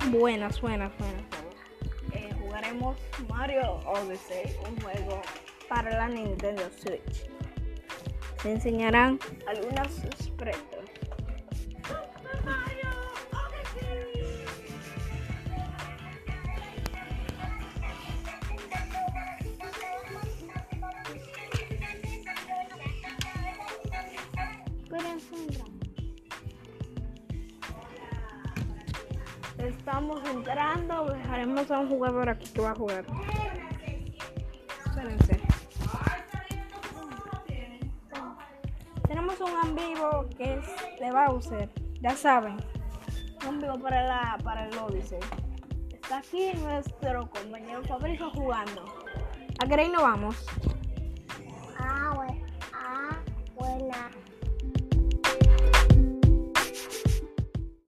buenas. Jugaremos Mario Odyssey, un juego para la Nintendo Switch. Se enseñarán algunos aspectos. Estamos entrando, dejaremos a un jugador aquí que va a jugar. Espérense. Tenemos un amigo que es de Bowser, ya saben, un amigo para el Odyssey. Está aquí nuestro compañero favorito jugando. ¿A qué no vamos? Buena.